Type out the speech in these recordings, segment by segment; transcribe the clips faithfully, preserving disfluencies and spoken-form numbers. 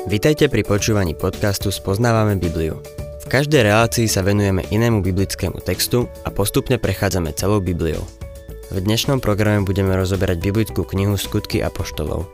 Vitajte pri počúvaní podcastu Spoznávame Bibliu. V každej relácii sa venujeme inému biblickému textu a postupne prechádzame celou Bibliou. V dnešnom programe budeme rozoberať biblickú knihu Skutky apoštolov.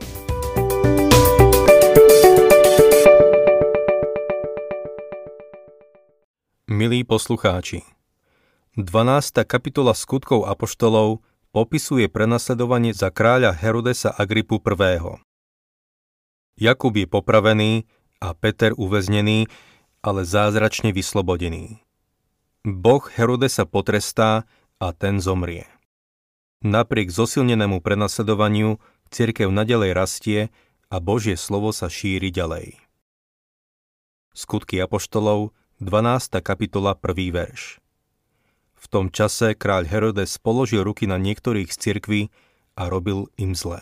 Milí poslucháči, dvanásta kapitola Skutkov apoštolov popisuje prenasledovanie za kráľa Herodesa Agripu prvého. Jakub je popravený a Peter uväznený, ale zázračne vyslobodený. Boh Herodesa potrestá a ten zomrie. Napriek zosilnenému prenasledovaniu cirkev naďalej rastie a Božie slovo sa šíri ďalej. Skutky apoštolov, dvanásta kapitola, prvý verš. V tom čase kráľ Herodes položil ruky na niektorých z cirkví a robil im zle.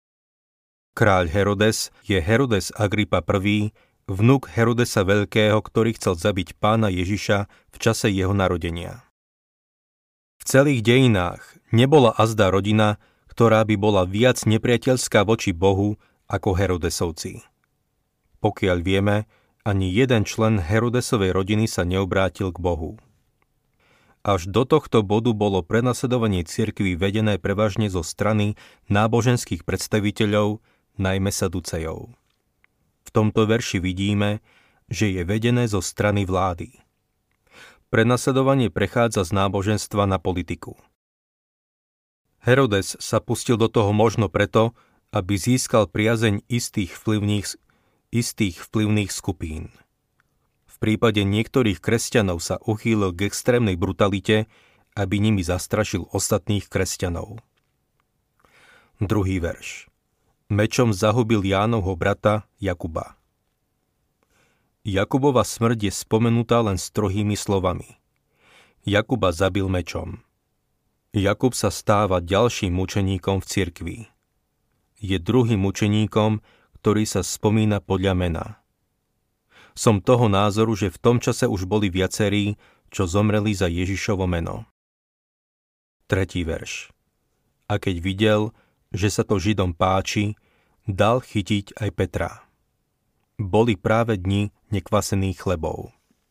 Kráľ Herodes je Herodes Agripa prvý, vnuk Herodesa Veľkého, ktorý chcel zabiť pána Ježiša v čase jeho narodenia. V celých dejinách nebola azda rodina, ktorá by bola viac nepriateľská voči Bohu ako Herodesovci. Pokiaľ vieme, ani jeden člen Herodesovej rodiny sa neobrátil k Bohu. Až do tohto bodu bolo prenasledovanie cirkví vedené prevažne zo strany náboženských predstaviteľov, najmä Saducejov. V tomto verši vidíme, že je vedené zo strany vlády. Prenasledovanie prechádza z náboženstva na politiku. Herodes sa pustil do toho možno preto, aby získal priazeň istých vplyvných, istých vplyvných skupín. V prípade niektorých kresťanov sa uchýlil k extrémnej brutalite, aby nimi zastrašil ostatných kresťanov. Druhý verš. Mečom zahubil Jánovho brata Jakuba. Jakubova smrť je spomenutá len strohými slovami. Jakuba zabil mečom. Jakub sa stáva ďalším mučeníkom v cirkvi. Je druhým mučeníkom, ktorý sa spomína podľa mena. Som toho názoru, že v tom čase už boli viacerí, čo zomreli za Ježišovo meno. Tretí verš. A keď videl, že sa to Židom páči, dal chytiť aj Petra. Boli práve dni nekvasených chlebov.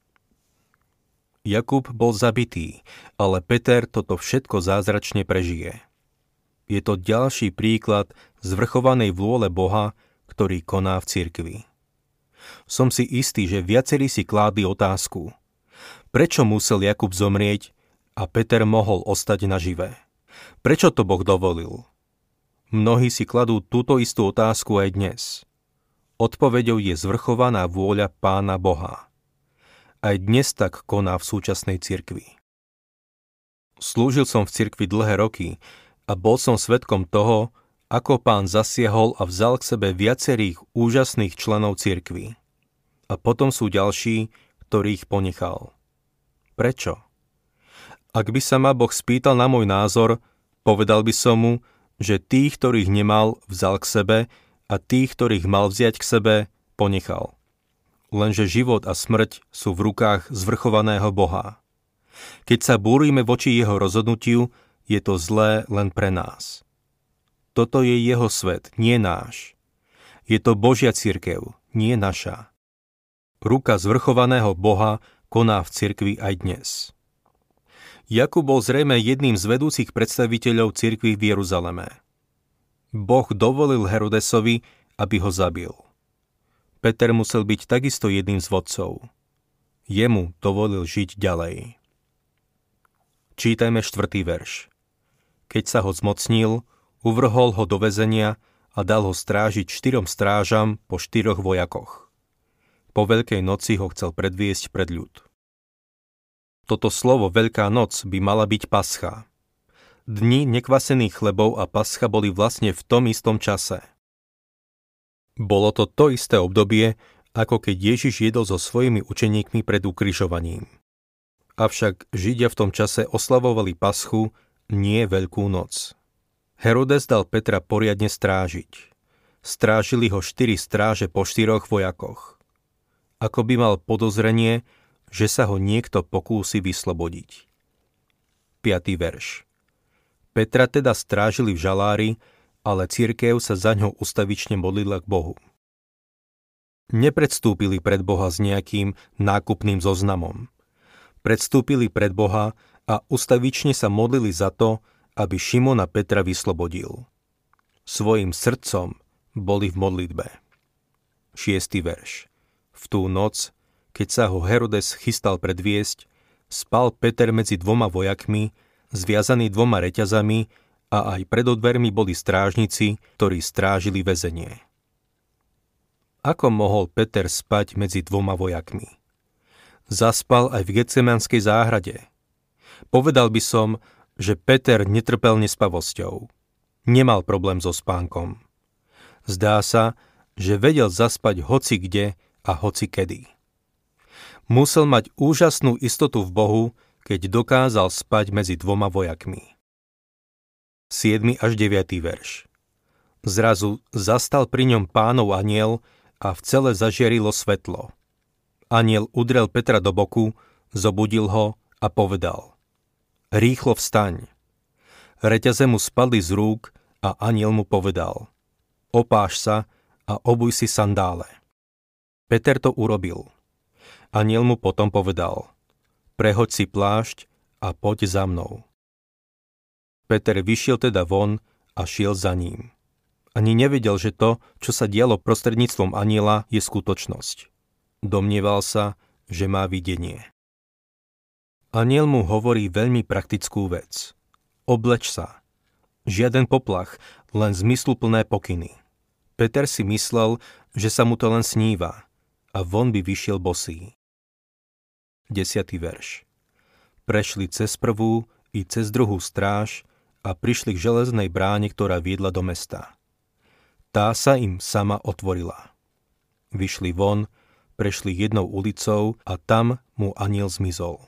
Jakub bol zabitý, ale Peter toto všetko zázračne prežije. Je to ďalší príklad zvrchovanej vôle Boha, ktorý koná v cirkvi. Som si istý, že viacerí si kládli otázku, prečo musel Jakub zomrieť a Peter mohol ostať naživé? Prečo to Boh dovolil? Mnohí si kladú túto istú otázku aj dnes. Odpoveďou je zvrchovaná vôľa Pána Boha. Aj dnes tak koná v súčasnej cirkvi. Slúžil som v cirkvi dlhé roky a bol som svedkom toho, ako Pán zasiahol a vzal k sebe viacerých úžasných členov cirkvi. A potom sú ďalší, ktorých ponechal. Prečo? Ak by sa ma Boh spýtal na môj názor, povedal by som mu, že tých, ktorých nemal, vzal k sebe a tých, ktorých mal vziať k sebe, ponechal. Lenže život a smrť sú v rukách zvrchovaného Boha. Keď sa búrime voči jeho rozhodnutiu, je to zlé len pre nás. Toto je jeho svet, nie náš. Je to Božia cirkev, nie naša. Ruka zvrchovaného Boha koná v cirkvi aj dnes. Jakub bol zrejme jedným z vedúcich predstaviteľov cirkvi v Jeruzaleme. Boh dovolil Herodesovi, aby ho zabil. Peter musel byť takisto jedným z vodcov. Jemu dovolil žiť ďalej. Čítajme štvrtý verš. Keď sa ho zmocnil, uvrhol ho do väzenia a dal ho strážiť štyrom strážam po štyroch vojakoch. Po Veľkej noci ho chcel predviesť pred ľud. Toto slovo Veľká noc by mala byť pascha. Dni nekvasených chlebov a pascha boli vlastne v tom istom čase. Bolo to to isté obdobie, ako keď Ježiš jedol so svojimi učeníkmi pred ukrižovaním. Avšak Židia v tom čase oslavovali paschu, nie Veľkú noc. Herodes dal Petra poriadne strážiť. Strážili ho štyri stráže po štyroch vojakoch. Ako by mal podozrenie, že sa ho niekto pokúsi vyslobodiť. piaty verš. Petra teda strážili v žalári, ale cirkev sa zaňho ustavične modlila k Bohu. Nepredstúpili pred Boha s nejakým nákupným zoznamom. Predstúpili pred Boha a ustavične sa modlili za to, aby Šimona Petra vyslobodil. Svojím srdcom boli v modlitbe. Šiestý verš. V tú noc, keď sa ho Herodes chystal predviesť, spal Peter medzi dvoma vojakmi, zviazaný dvoma reťazami, a aj pred dvermi boli strážnici, ktorí strážili väzenie. Ako mohol Peter spať medzi dvoma vojakmi? Zaspal aj v Getsemanskej záhrade. Povedal by som, že Peter netrpel nespavosťou. Nemal problém so spánkom. Zdá sa, že vedel zaspať hoci kde a hoci kedy. Musel mať úžasnú istotu v Bohu, keď dokázal spať medzi dvoma vojakmi. siedmy až deviaty verš. Zrazu zastal pri ňom Pánov anjel a v cele zažiarilo svetlo. Anjel udrel Petra do boku, zobudil ho a povedal: Rýchlo vstaň. Reťaze mu spadli z rúk a anjel mu povedal: Opáš sa a obuj si sandále. Peter to urobil. Anjel mu potom povedal: Prehoď si plášť a poď za mnou. Peter vyšiel teda von a šiel za ním. Ani nevedel, že to, čo sa dialo prostredníctvom anjela, je skutočnosť. Domnieval sa, že má videnie. Anjel mu hovorí veľmi praktickú vec. Obleč sa. Žiaden poplach, len zmysluplné pokyny. Peter si myslel, že sa mu to len sníva a von by vyšiel bosý. Desiatý verš. Prešli cez prvú i cez druhú stráž a prišli k železnej bráne, ktorá viedla do mesta. Tá sa im sama otvorila. Vyšli von, prešli jednou ulicou a tam mu anjel zmizol.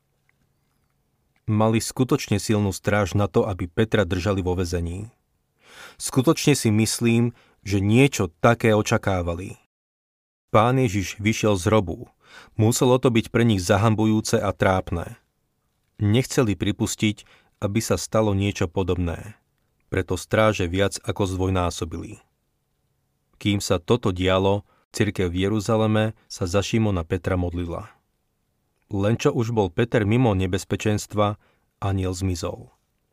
Mali skutočne silnú stráž na to, aby Petra držali vo väzení. Skutočne si myslím, že niečo také očakávali. Pán Ježiš vyšiel z hrobu. Muselo to byť pre nich zahambujúce a trápne. Nechceli pripustiť, aby sa stalo niečo podobné. Preto stráže viac ako zdvojnásobili. Kým sa toto dialo, cirkev v Jeruzaleme sa za Šimona Petra modlila. Len čo už bol Peter mimo nebezpečenstva, anjel zmizol.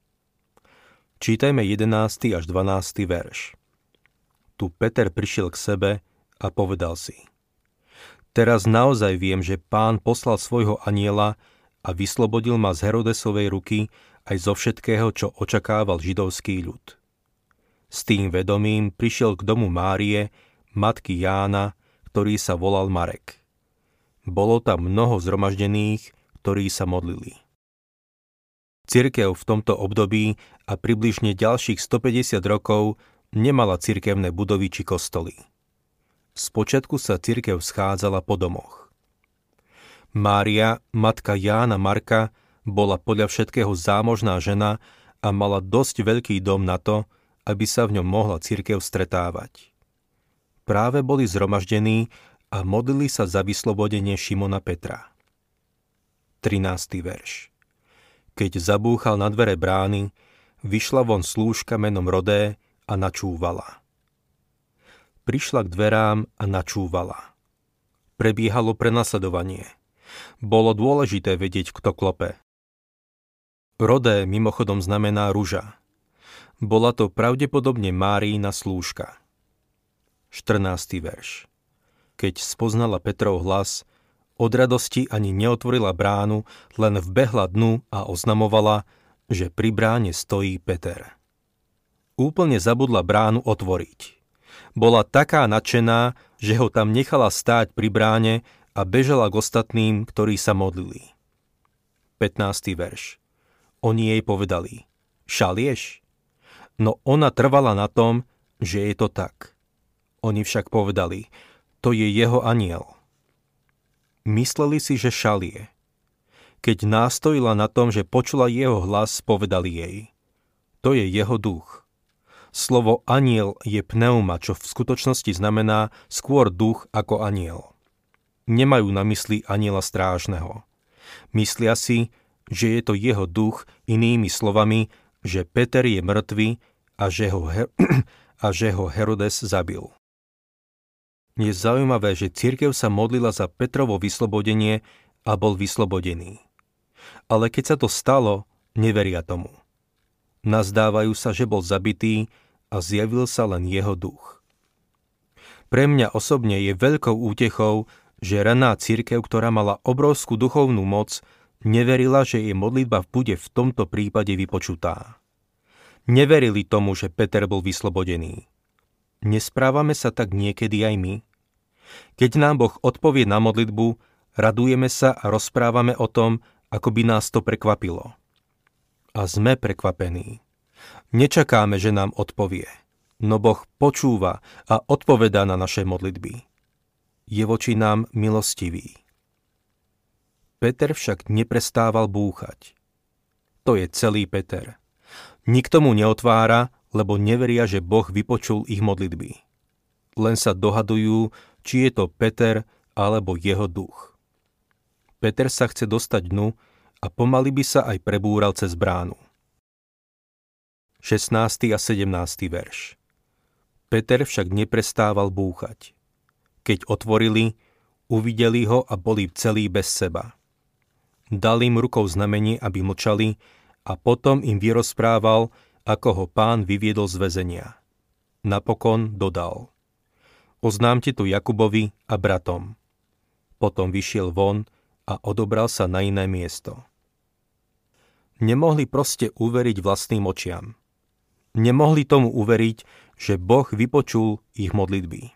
Čítajme jedenásty až dvanásty verš. Tu Peter prišiel k sebe a povedal si: Teraz naozaj viem, že Pán poslal svojho anjela a vyslobodil ma z Herodesovej ruky aj zo všetkého, čo očakával židovský ľud. S tým vedomím prišiel k domu Márie, matky Jána, ktorý sa volal Marek. Bolo tam mnoho zhromaždených, ktorí sa modlili. Cirkev v tomto období a približne ďalších stopäťdesiat rokov nemala cirkevné budovy či kostoly. Spočiatku sa cirkev schádzala po domoch. Mária, matka Jána Marka, bola podľa všetkého zámožná žena a mala dosť veľký dom na to, aby sa v ňom mohla cirkev stretávať. Práve boli zhromaždení a modlili sa za vyslobodenie Šimona Petra. trinásty verš. Keď zabúchal na dvere brány, vyšla von slúžka menom Rodé a načúvala. Prišla k dverám a načúvala. Prebiehalo prenasledovanie. Bolo dôležité vedieť, kto klope. Rodé mimochodom znamená ruža. Bola to pravdepodobne Máriina slúžka. štrnásty verš. Keď spoznala Petrov hlas, od radosti ani neotvorila bránu, len vbehla dnu a oznamovala, že pri bráne stojí Peter. Úplne zabudla bránu otvoriť. Bola taká nadšená, že ho tam nechala stáť pri bráne a bežala k ostatným, ktorí sa modlili. pätnásty verš. Oni jej povedali: Šalieš? No ona trvala na tom, že je to tak. Oni však povedali: To je jeho anjel. Mysleli si, že šalie. Keď nástojila na tom, že počula jeho hlas, povedali jej: To je jeho duch. Slovo anjel je pneuma, čo v skutočnosti znamená skôr duch ako anjel. Nemajú na mysli anjela strážneho. Myslia si, že je to jeho duch, inými slovami, že Peter je mŕtvy a že ho, Her- a že ho Herodes zabil. Je zaujímavé, že cirkev sa modlila za Petrovo vyslobodenie a bol vyslobodený. Ale keď sa to stalo, neveria tomu. Nazdávajú sa, že bol zabitý a zjavil sa len jeho duch. Pre mňa osobne je veľkou útechou, že raná cirkev, ktorá mala obrovskú duchovnú moc, neverila, že jej modlitba bude v tomto prípade vypočutá. Neverili tomu, že Peter bol vyslobodený. Nesprávame sa tak niekedy aj my? Keď nám Boh odpovie na modlitbu, radujeme sa a rozprávame o tom, ako by nás to prekvapilo. A sme prekvapení. Nečakáme, že nám odpovie, no Boh počúva a odpovedá na naše modlitby. Je voči nám milostivý. Peter však neprestával búchať. To je celý Peter. Nikto mu neotvára, lebo neveria, že Boh vypočul ich modlitby. Len sa dohadujú, či je to Peter alebo jeho duch. Peter sa chce dostať dnu a pomaly by sa aj prebúral cez bránu. šestnásty a sedemnásty verš. Peter však neprestával búchať. Keď otvorili, uvideli ho a boli celí bez seba. Dal im rukou znamenie, aby mlčali, a potom im vyrozprával, ako ho Pán vyviedol z väzenia. Napokon dodal: Oznámte to Jakubovi a bratom. Potom vyšiel von a odobral sa na iné miesto. Nemohli proste uveriť vlastným očiam. Nemohli tomu uveriť, že Boh vypočul ich modlitby.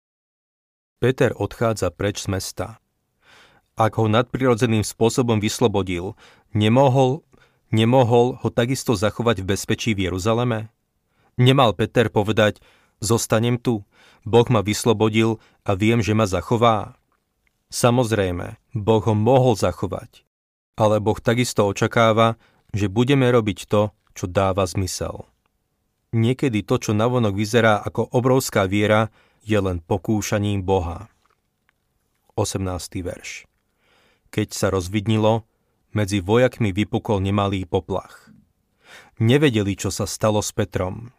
Peter odchádza preč z mesta. Ak ho nadprirodzeným spôsobom vyslobodil, nemohol, nemohol ho takisto zachovať v bezpečí v Jeruzaleme? Nemal Peter povedať: Zostanem tu, Boh ma vyslobodil a viem, že ma zachová? Samozrejme, Boh ho mohol zachovať, ale Boh takisto očakáva, že budeme robiť to, čo dáva zmysel. Niekedy to, čo navonok vyzerá ako obrovská viera, je len pokúšaním Boha. osemnásty verš. Keď sa rozvidnilo, medzi vojakmi vypukol nemalý poplach. Nevedeli, čo sa stalo s Petrom.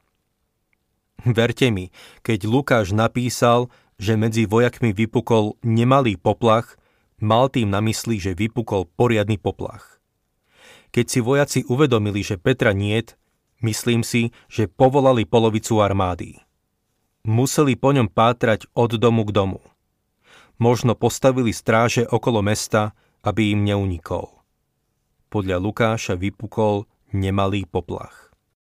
Verte mi, keď Lukáš napísal, že medzi vojakmi vypukol nemalý poplach, mal tým na mysli, že vypukol poriadny poplach. Keď si vojaci uvedomili, že Petra niet, myslím si, že povolali polovicu armády. Museli po ňom pátrať od domu k domu. Možno postavili stráže okolo mesta, aby im neunikol. Podľa Lukáša vypukol nemalý poplach.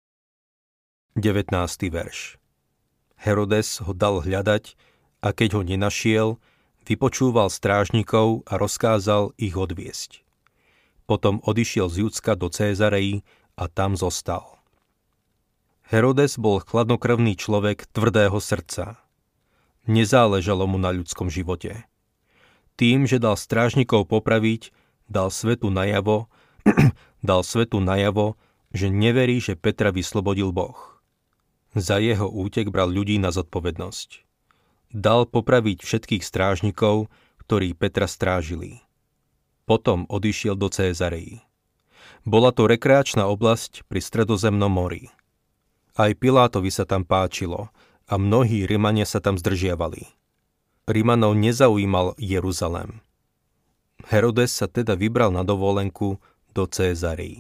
devätnásty verš. Herodes ho dal hľadať a keď ho nenašiel, vypočúval strážnikov a rozkázal ich odviesť. Potom odišiel z Judska do Cézareji a tam zostal. Herodes bol chladnokrvný človek tvrdého srdca. Nezáležalo mu na ľudskom živote. Tým, že dal strážnikov popraviť, dal svetu najavo, dal svetu najavo, že neverí, že Petra vyslobodil Boh. Za jeho útek bral ľudí na zodpovednosť. Dal popraviť všetkých strážnikov, ktorí Petra strážili. Potom odišiel do Cézareji. Bola to rekreačná oblasť pri Stredozemnom mori. Aj Pilátovi sa tam páčilo a mnohí Rimania sa tam zdržiavali. Rimanov nezaujímal Jeruzalém. Herodes sa teda vybral na dovolenku do Cézareji.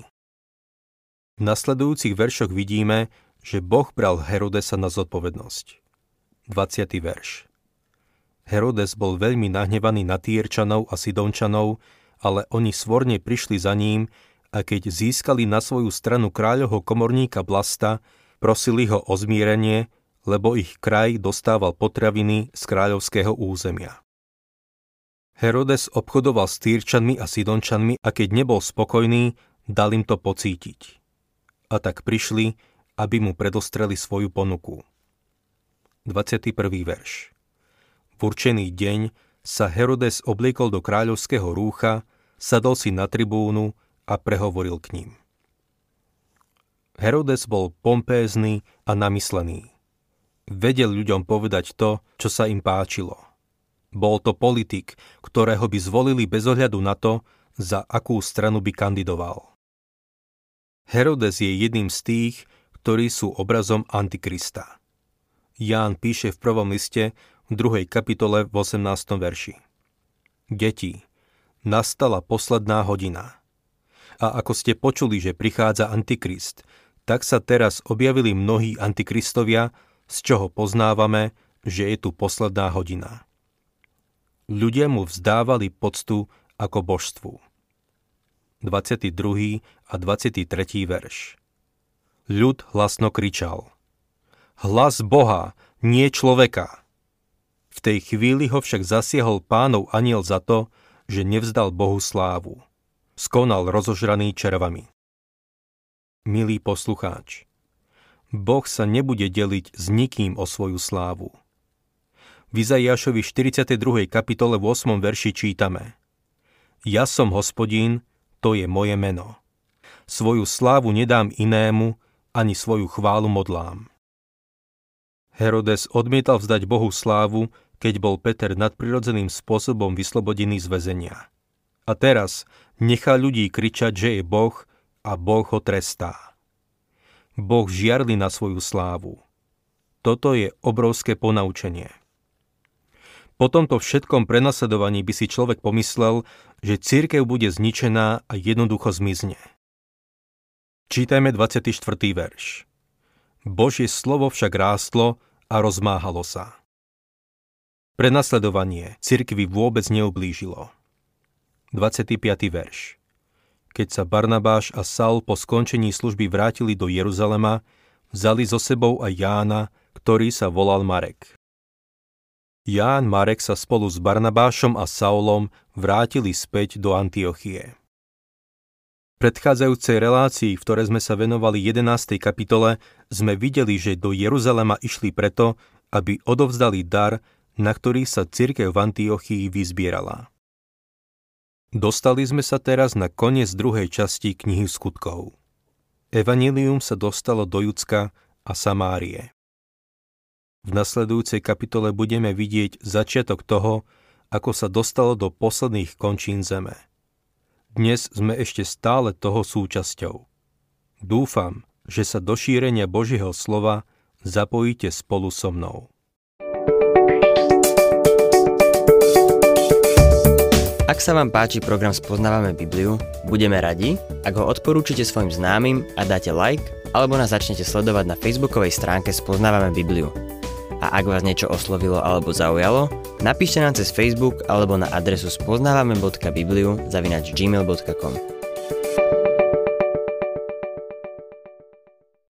V nasledujúcich veršoch vidíme, že Boh bral Herodesa na zodpovednosť. dvadsiaty verš. Herodes bol veľmi nahnevaný na Týrčanov a Sidončanov, ale oni svorne prišli za ním a keď získali na svoju stranu kráľovho komorníka Blasta, prosili ho o zmierenie, lebo ich kraj dostával potraviny z kráľovského územia. Herodes obchodoval s Týrčanmi a Sidončanmi a keď nebol spokojný, dal im to pocítiť. A tak prišli, aby mu predostreli svoju ponuku. dvadsiaty prvý verš. V určený deň sa Herodes obliekol do kráľovského rúcha, sadol si na tribúnu a prehovoril k ním. Herodes bol pompézny a namyslený. Vedel ľuďom povedať to, čo sa im páčilo. Bol to politik, ktorého by zvolili bez ohľadu na to, za akú stranu by kandidoval. Herodes je jedným z tých, ktorí sú obrazom Antikrista. Ján píše v prvom liste v druhej kapitole v osemnástom verši. Deti, nastala posledná hodina. A ako ste počuli, že prichádza Antikrist, tak sa teraz objavili mnohí antikristovia, z čoho poznávame, že je tu posledná hodina. Ľudia mu vzdávali poctu ako božstvu. dvadsiaty druhý a dvadsiaty tretí verš. Ľud hlasno kričal. Hlas Boha, nie človeka. V tej chvíli ho však zasiahol Pánov anjel za to, že nevzdal Bohu slávu. Skonal rozožraný červami. Milý poslucháč, Boh sa nebude deliť s nikým o svoju slávu. V Izaiášovi štyridsiatej druhej kapitole v ôsmom verši čítame: Ja som Hospodín, to je moje meno. Svoju slávu nedám inému, ani svoju chválu modlám. Herodes odmietal vzdať Bohu slávu, keď bol Peter nadprirodzeným spôsobom vyslobodený z väzenia. A teraz nechá ľudí kričať, že je Boh a Boh ho trestá. Boh žiarli na svoju slávu. Toto je obrovské ponaučenie. Po tomto všetkom prenasledovaní by si človek pomyslel, že cirkev bude zničená a jednoducho zmizne. Čítajme dvadsiaty štvrtý verš. Božie slovo však rástlo a rozmáhalo sa. Prenasledovanie cirkvi vôbec neublížilo. dvadsiaty piaty verš. Keď sa Barnabáš a Saul po skončení služby vrátili do Jeruzalema, vzali so sebou aj Jána, ktorý sa volal Marek. Ján Marek sa spolu s Barnabášom a Saulom vrátili späť do Antiochie. V predchádzajúcej relácii, v ktorej sme sa venovali jedenástej kapitole, sme videli, že do Jeruzalema išli preto, aby odovzdali dar, na ktorý sa cirkev v Antiochii vyzbierala. Dostali sme sa teraz na koniec druhej časti knihy Skutkov. Evanjelium sa dostalo do Judska a Samárie. V nasledujúcej kapitole budeme vidieť začiatok toho, ako sa dostalo do posledných končín zeme. Dnes sme ešte stále toho súčasťou. Dúfam, že sa do šírenia Božieho slova zapojíte spolu so mnou. Ak sa vám páči program Spoznávame Bibliu, budeme radi, ak ho odporúčite svojim známym a dáte like, alebo nás začnete sledovať na facebookovej stránke Spoznávame Bibliu. A ak vás niečo oslovilo alebo zaujalo, napíšte nám cez Facebook alebo na adresu spoznávame bodka bibliu zavináč gmail bodka com.